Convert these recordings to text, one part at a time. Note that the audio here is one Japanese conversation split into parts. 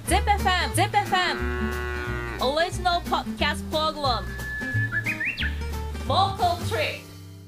ZIP-FM Original Podcast Program Local Trip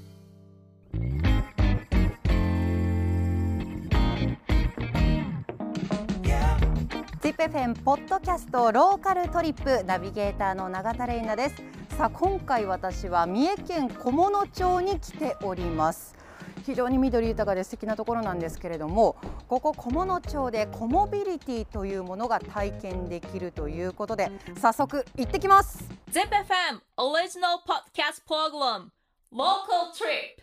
ZIP-FM ポッドキャストローカルトリップナビゲーターの永田玲奈です。さあ今回私は三重県菰野町に来ております。非常に緑豊かで素敵なところなんですけれども、ここ菰野町でコモビリティというものが体験できるということで早速行ってきます。 ZIP-FM Original Podcast Program Local Trip。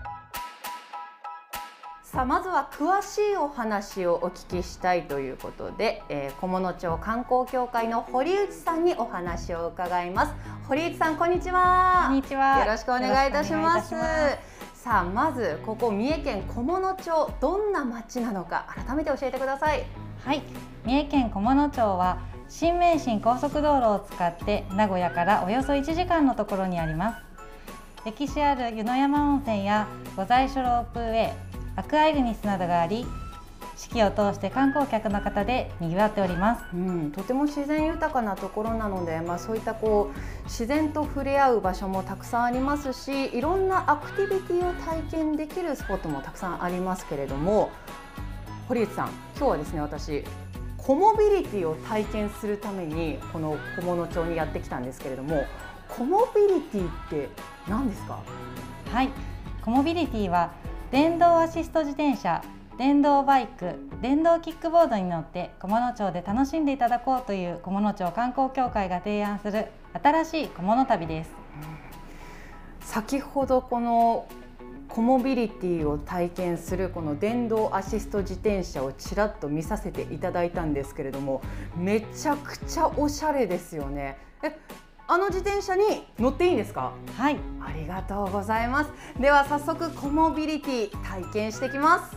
さあまずは詳しいお話をお聞きしたいということで、菰野町観光協会の堀内さんにお話を伺います。堀内さんこんにちは。 こんにちは。 よろしくお願いいたします。さあまずここ三重県菰野町どんな町なのか改めて教えてください。 はい、三重県菰野町は新名神高速道路を使って名古屋からおよそ1時間のところにあります。歴史ある湯の山温泉や御在所ロープウェイ、アクアイグニスなどがあり、四季を通して観光客の方で賑わっております。 とても自然豊かなところなので、そういった自然と触れ合う場所もたくさんありますし、いろんなアクティビティを体験できるスポットもたくさんありますけれども、堀内さん、今日はですね、私コモビリティを体験するためにこの菰野町にやってきたんですけれども、コモビリティって何ですか？ はい、コモビリティは電動アシスト自転車、電動バイク、電動キックボードに乗って菰野町で楽しんでいただこうという菰野町観光協会が提案する新しい菰野旅です。 先ほどこのコモビリティを体験するこの電動アシスト自転車をちらっと見させていただいたんですけれども、めちゃくちゃおしゃれですよね。あの自転車に乗っていいんですか？ はい、 ありがとうございます。では早速コモビリティ体験してきます。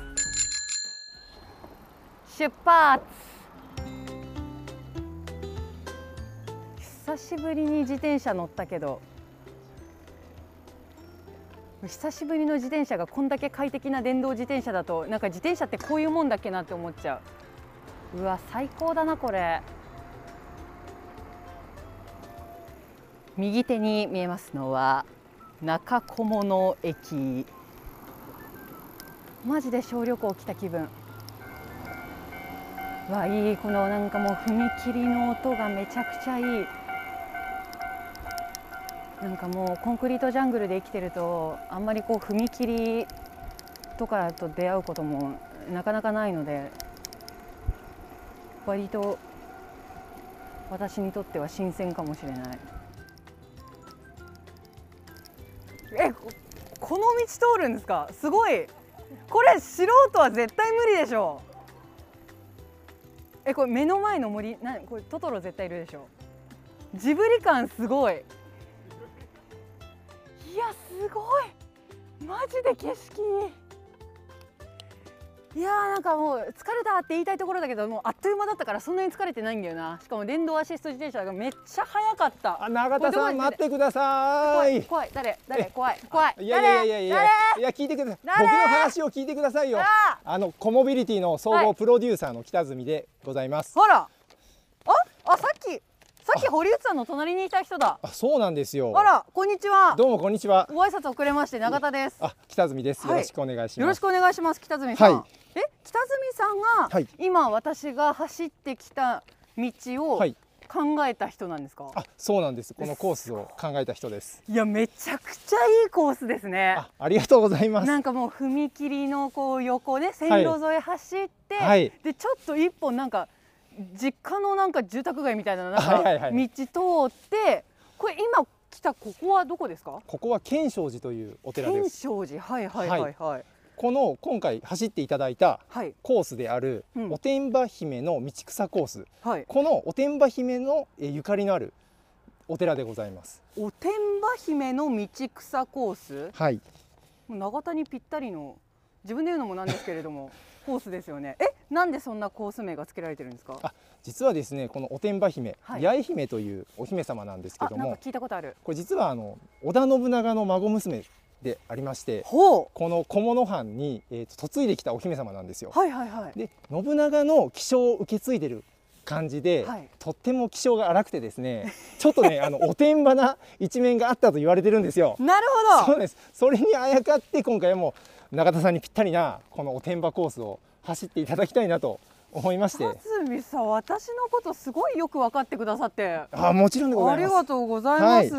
出発。久しぶりに自転車乗ったけど、久しぶりの自転車がこんだけ快適な電動自転車だと、なんか自転車ってこういうもんだっけなって思っちゃう。うわ最高だなこれ。右手に見えますのは中菰野駅。マジで小旅行来た気分。わいい、このなんかもう踏切の音がめちゃくちゃいい。なんかもうコンクリートジャングルで生きてるとあんまり踏切とかと出会うこともなかなかないので、割と私にとっては新鮮かもしれない。この道通るんですか？すごい。これ素人は絶対無理でしょ。これ目の前の森、これトトロ絶対いるでしょ。ジブリ感すごい。いやすごい、マジで景色いい。いやなんかもう疲れたって言いたいところだけど、もうあっという間だったからそんなに疲れてないんだよな。しかも電動アシスト自転車がめっちゃ速かった。 永田さん待ってください。 怖い、誰怖い。 いや聞いてください。僕の話を聞いてくださいよ。コモビリティの総合プロデューサーの北住でございます。 ほら、さっき堀内さんの隣にいた人だ。 そうなんですよ。 あら、こんにちは。 どうもこんにちは。 ご挨拶遅れまして永田です。 北住です。よろしくお願いします。 よろしくお願いします。北住さん。 はい。 北住さんが、今私が走ってきた道を考えた人なんですか？ そうなんです。このコースを考えた人です。 いやめちゃくちゃいいコースですね。 ありがとうございます。 なんかもう踏切の横ね、線路沿い走って、でちょっと一本なんか実家のなんか住宅街みたいな道通って、これ今来たここはどこですか？ ここは建昌寺というお寺です。 建昌寺、はい。 この今回走っていただいたコースであるおてんば姫の道草コース、このおてんば姫のゆかりのあるお寺でございます。 おてんば姫の道草コース、 はい、 長田にぴったりの、自分で言うのもなんですけれどもコースですよね。なんでそんなコース名が付けられてるんですか？ 実はですね、このおてんば姫、八重姫というお姫様なんですけども、 なんか聞いたことある。 これ実は織田信長の孫娘でありまして、この菰野藩に嫁いできたお姫様なんですよ。で信長の気性を受け継いでる感じで、とっても気性が荒くてですね、ちょっとねおてんばな一面があったと言われてるんですよ。 なるほど。 そうです。それにあやかって今回はもう永田さんにぴったりなこのおてんばコースを走っていただきたいなと思いまして。 辰巳さん、私のことすごいよく分かってくださって。 もちろんでございます。 ありがとうございます。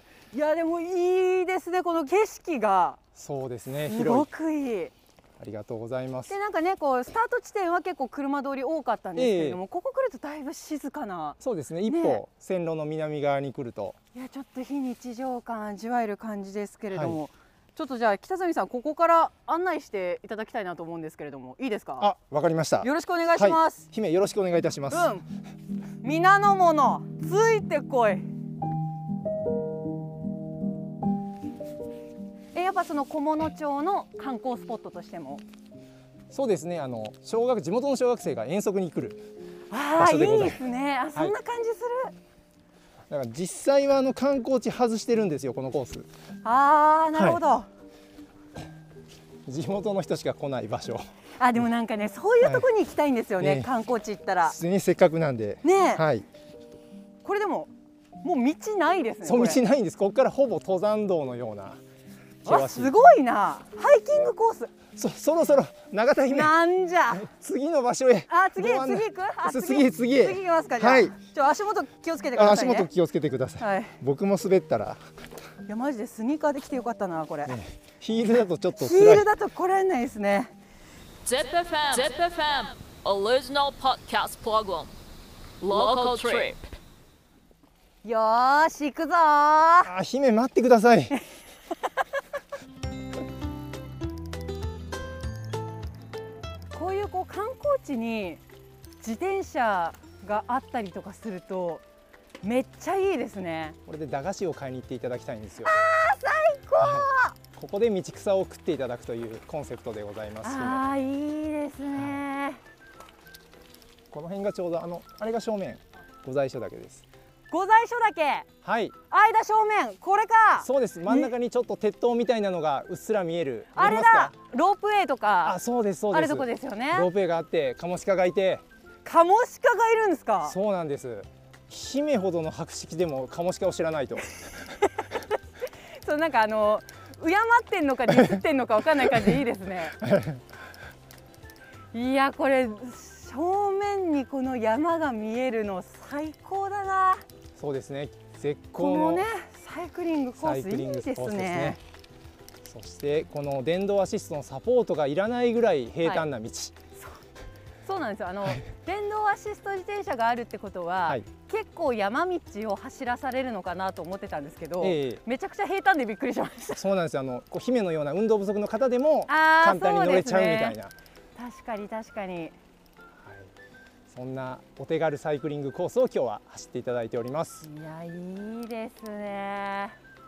いやでもいいですね、この景色が。 そうですね、 すごくいい。 ありがとうございます。 でなんかね、こうスタート地点は結構車通り多かったんですけれども、ここ来るとだいぶ静かな。 そうですね、一歩線路の南側に来ると、 いやちょっと非日常感味わえる感じですけれども、ちょっとじゃあ北住さん、ここから案内していただきたいなと思うんですけれども、いいですか？ わかりました。 よろしくお願いします。 姫、よろしくお願いいたします。 皆の者ついてこい。やっぱその菰野町の観光スポットとしても。 そうですね、地元の小学生が遠足に来る場所でございます。 いいですね。そんな感じする。 だから実際は観光地外してるんですよ、このコース。 なるほど。 地元の人しか来ない場所。 でもなんかね、そういうところに行きたいんですよね、観光地行ったら。 せっかくなんで。 ね。これでももう道ないですね。 そう、道ないんです。ここからほぼ登山道のような。 すごいな。ハイキングコース。 そろそろ永田姫。 なんじゃ。 次の場所へ。 次行く？ 次へ。 次行きますか。じゃあ足元気をつけてくださいね。 足元気をつけてください。僕も滑ったら。 いやマジでスニーカーで来てよかったなこれ。 ヒールだとちょっと辛い。ヒールだと来られないですね。 ZIPFM Original Podcast Program Local Trip。 よーし行くぞー。 姫待ってください。 こういう観光地に自転車があったりとかするとめっちゃいいですね。 これで駄菓子を買いに行っていただきたいんですよ。 最高、 ここで道草を食っていただくというコンセプトでございます。 いいですね。 この辺がちょうどあれが正面御在所岳です。 御在所岳。間正面これか。 そうです。真ん中にちょっと鉄塔みたいなのがうっすら見える。 あれだ。ロープウェイとか。 そうですそうです。 あるとこですよね。 ロープウェイがあってカモシカがいて。 カモシカがいるんですか。 そうなんです。姫ほどの博識でもカモシカを知らないと。 そうなんか敬ってんのかディスってんのかわかんない感じでいいですね。いやこれ正面にこの山が見えるの最高だな。 そうですね。絶好のサイクリングコースいいですね。 そしてこの電動アシストのサポートがいらないぐらい平坦な道。 そうなんですよ。電動アシスト自転車があるってことは、結構山道を走らされるのかなと思ってたんですけど、めちゃくちゃ平坦でびっくりしました。 そうなんですよ。姫のような運動不足の方でも簡単に乗れちゃうみたいな。 確かに確かに。 そんなお手軽サイクリングコースを今日は走っていただいております。 いやいいですね。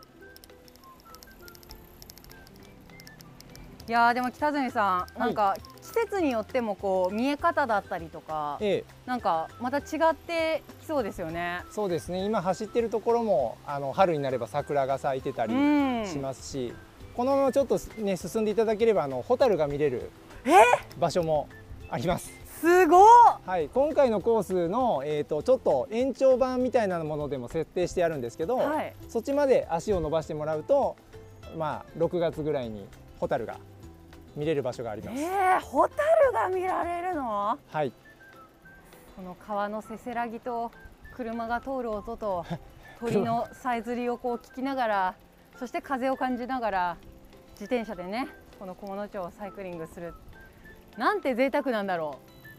いやでも北住さん、なんか季節によっても見え方だったりとか、なんかまた違ってきそうですよね。 そうですね。今走ってるところも春になれば桜が咲いてたりしますし、このままちょっとね進んでいただければホタルが見れる場所もあります。 すごい。 今回のコースのちょっと延長版みたいなものでも設定してあるんですけど、そっちまで足を伸ばしてもらうと、6月ぐらいにホタルが見れる場所があります。 ホタルが見られるの？ はい。 この川のせせらぎと車が通る音と鳥のさえずりを聞きながら、そして風を感じながら自転車でね、この菰野町をサイクリングする。なんて贅沢なんだろ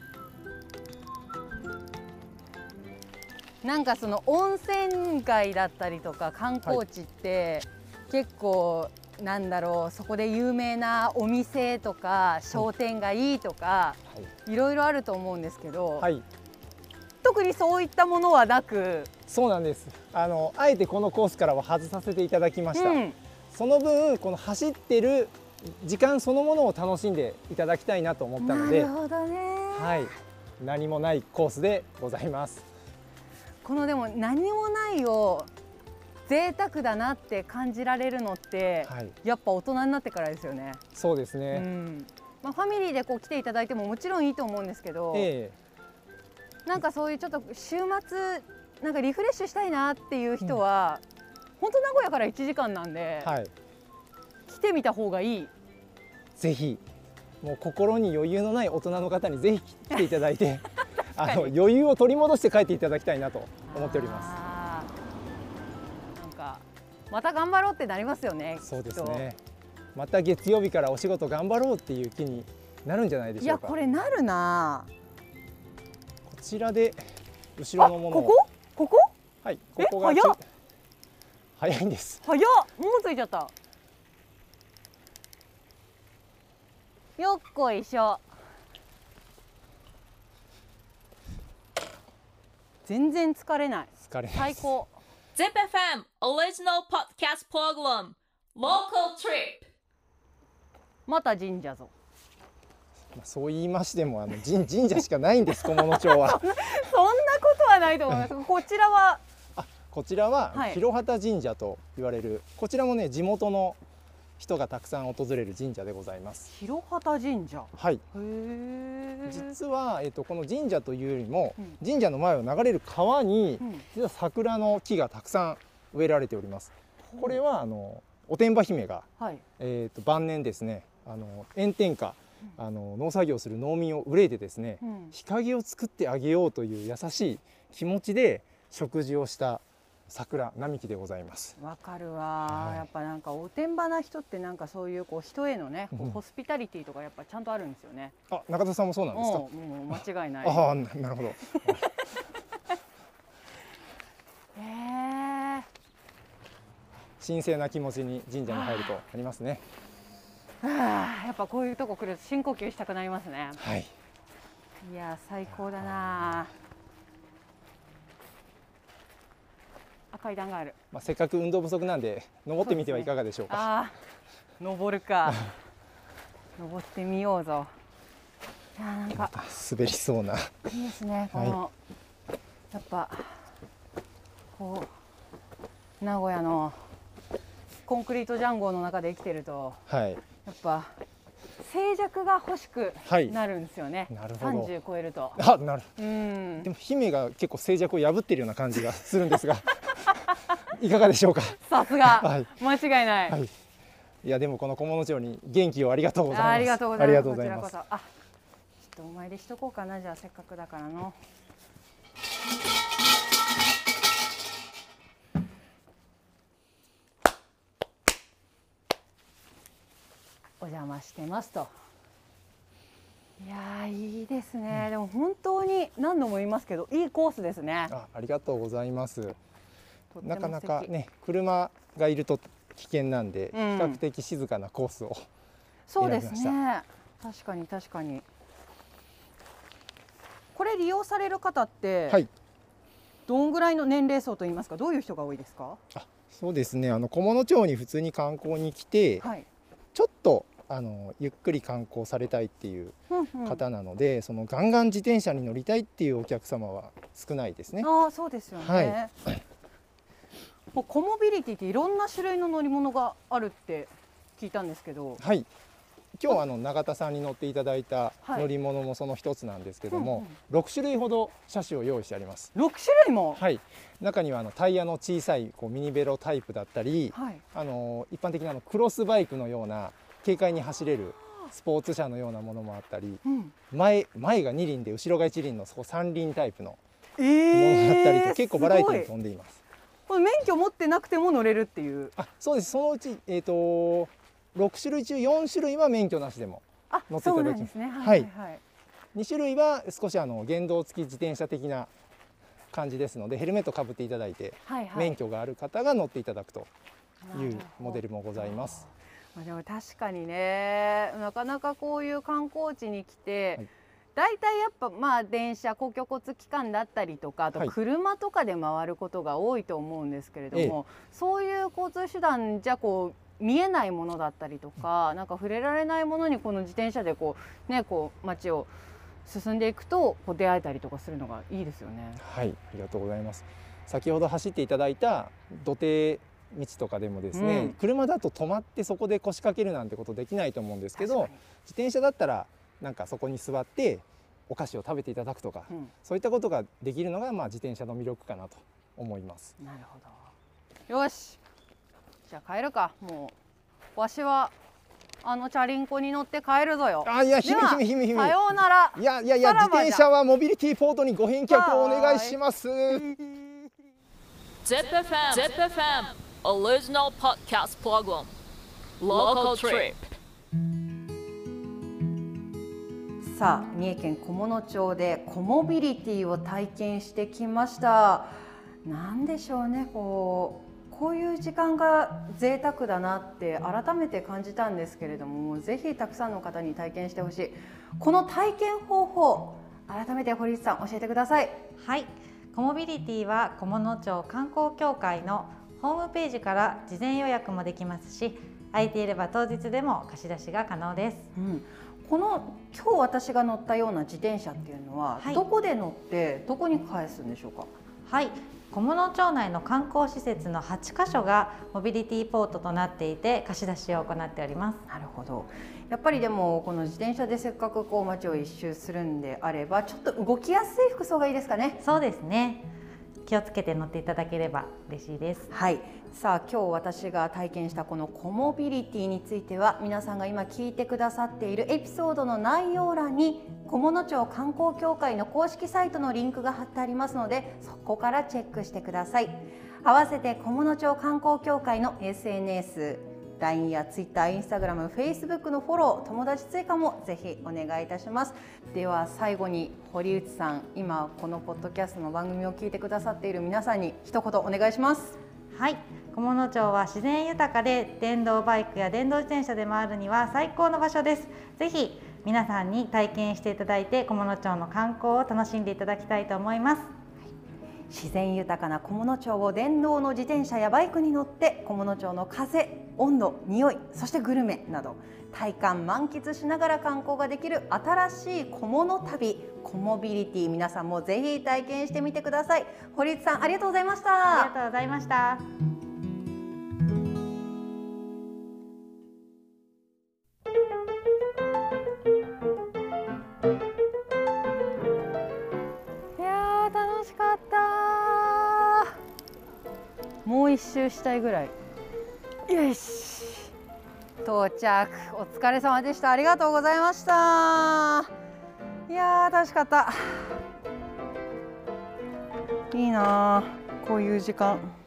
う。なんかその温泉街だったりとか観光地って結構なんだろう、そこで有名なお店とか商店街とかいろいろあると思うんですけど、特にそういったものはなく。 そうなんです。あえてこのコースからは外させていただきました。その分この走ってる時間そのものを楽しんでいただきたいなと思ったので、 なるほどね。 何もないコースでございます。 このでも何もないを贅沢だなって感じられるのって、やっぱ大人になってからですよね。 そうですね。 ファミリーで来ていただいてももちろんいいと思うんですけど、 なんかそういうちょっと週末なんかリフレッシュしたいなっていう人は、本当名古屋から1時間なんで、はい、来てみた方がいい。 ぜひもう心に余裕のない大人の方にぜひ来ていただいて余裕を取り戻して帰っていただきたいなと思っております。 なんかまた頑張ろうってなりますよね。 そうですね。また月曜日からお仕事頑張ろうっていう気になるんじゃないでしょうか。 いやこれなるな。 こちらで後ろのものをここはい、ここが早いんです。 早っ、もうついちゃった。よっこいしょ。全然疲れない。 疲れない。 最高。 ZIPFM Original Podcast Program Local Trip。 また神社ぞ。 そう言いましても神社しかないんです菰野町は。 そんなことはないと思います。こちらは。 こちらは広畑神社と言われる、こちらもね地元の人がたくさん訪れる神社でございます。 広畑神社。 はい。実はこの神社というよりも、神社の前を流れる川に、実は桜の木がたくさん植えられております。これはお天場姫が、晩年ですね炎天下農作業する農民を憂いてですね、日陰を作ってあげようという優しい気持ちで植樹をした桜並木でございます。 わかるわ、やっぱなんかおてんばな人ってなんかそういう人へのね、ホスピタリティとかやっぱちゃんとあるんですよね。 あ、中田さんもそうなんですか。 もう間違いない。 ああ、なるほど。神聖な気持ちに神社に入るとありますね。 やっぱこういうとこ来ると深呼吸したくなりますね。 はい。 いや最高だな。階段がある。 せっかく運動不足なんで登ってみてはいかがでしょうか。 登るか。登ってみようぞ。いやなんか滑りそうな。 いいですね。この、やっぱこう名古屋のコンクリートジャンゴの中で生きてると、やっぱ静寂が欲しくなるんですよね。 なるほど。 30超えると。 なる。でも姫が結構静寂を破っているような感じがするんですが。いかがでしょうか。 さすが、間違いない。 いやでもこの菰野町に元気をありがとうございます。 ありがとうございます。こちらこそ。ちょっとお参りしとこうかな、じゃあせっかくだからの。お邪魔してますと。いやいいですね。でも本当に何度も言いますけど、いいコースですね。 ありがとうございます。なかなかね車がいると危険なんで、比較的静かなコースをそうですね。確かに確かに。これ利用される方って、どんぐらいの年齢層といいますか、どういう人が多いですか。 そうですね。菰野町に普通に観光に来て、ちょっとゆっくり観光されたいっていう方なので、そのガンガン自転車に乗りたいっていうお客様は少ないですね。 そうですよね。もうコモビリティっていろんな種類の乗り物があるって聞いたんですけど、 今日は永田さんに乗っていただいた乗り物もその一つなんですけども、6種類ほど車種を用意してあります。 6種類も。 中にはタイヤの小さいミニベロタイプだったり、一般的なクロスバイクのような軽快に走れるスポーツ車のようなものもあったり、前が2輪で後ろが1輪の3輪タイプのものだったりと、結構バラエティーに飛んでいます。 これ免許持ってなくても乗れるっていう。 そうです。そのうち6種類中4種類は免許なしでも乗っていただきます。2種類は少し原動付き自転車的な感じですので、ヘルメットかぶっていただいて、免許がある方が乗っていただくというモデルもございます。 でも確かにね、なかなかこういう観光地に来て、大体やっぱ電車、公共交通機関だったりとか、あと車とかで回ることが多いと思うんですけれども、そういう交通手段じゃ見えないものだったりとか、なんか触れられないものにこの自転車で街を進んでいくと出会えたりとかするのがいいですよね。 ありがとうございます。先ほど走っていただいた土手道とかでもですね、車だと止まってそこで腰掛けるなんてことできないと思うんですけど、自転車だったらなんかそこに座ってお菓子を食べていただくとか、そういったことができるのが自転車の魅力かなと思います。 なるほど。よし、じゃあ帰るか。もうわしはチャリンコに乗って帰るぞよ。 いや、姫さようなら。 いや自転車はモビリティポートにご返却をお願いします。 ZIP FM original podcast program Local Trip。 さあ、三重県菰野町でコモビリティを体験してきました。なんでしょうね、こういう時間が贅沢だなって改めて感じたんですけれども、ぜひたくさんの方に体験してほしい。この体験方法、改めて堀内さん教えてください。 はい、コモビリティは菰野町観光協会のホームページから事前予約もできますし、空いていれば当日でも貸し出しが可能です。 今日私が乗ったような自転車っていうのは、どこで乗ってどこに返すんでしょうか。 はい、菰野町内の観光施設の8カ所がモビリティポートとなっていて貸し出しを行っております。 なるほど。やっぱりでもこの自転車でせっかく街を一周するんであれば、ちょっと動きやすい服装がいいですかね。 そうですね。気をつけて乗っていただければ嬉しいです。 はい。さあ、今日私が体験したこのコモビリティについては、皆さんが今聞いてくださっているエピソードの内容欄に菰野町観光協会の公式サイトのリンクが貼ってありますので、そこからチェックしてください。合わせて菰野町観光協会の SNS、LINE や Twitter、Instagram、Facebook のフォロー、友達追加もぜひお願いいたします。では最後に堀内さん、今このポッドキャストの番組を聞いてくださっている皆さんに一言お願いします。 はい、菰野町は自然豊かで、電動バイクや電動自転車で回るには最高の場所です。ぜひ皆さんに体験していただいて、菰野町の観光を楽しんでいただきたいと思います。 自然豊かな菰野町を電動の自転車やバイクに乗って菰野町の風、温度、匂い、そしてグルメなど体感満喫しながら観光ができる新しい菰野旅、コモビリティ、皆さんもぜひ体験してみてください。堀内さん、ありがとうございました。 ありがとうございました。 いやー、楽しかった。もう一周したいぐらい。よし、到着。お疲れ様でした。ありがとうございました。いやー、楽しかった。いいなー、こういう時間。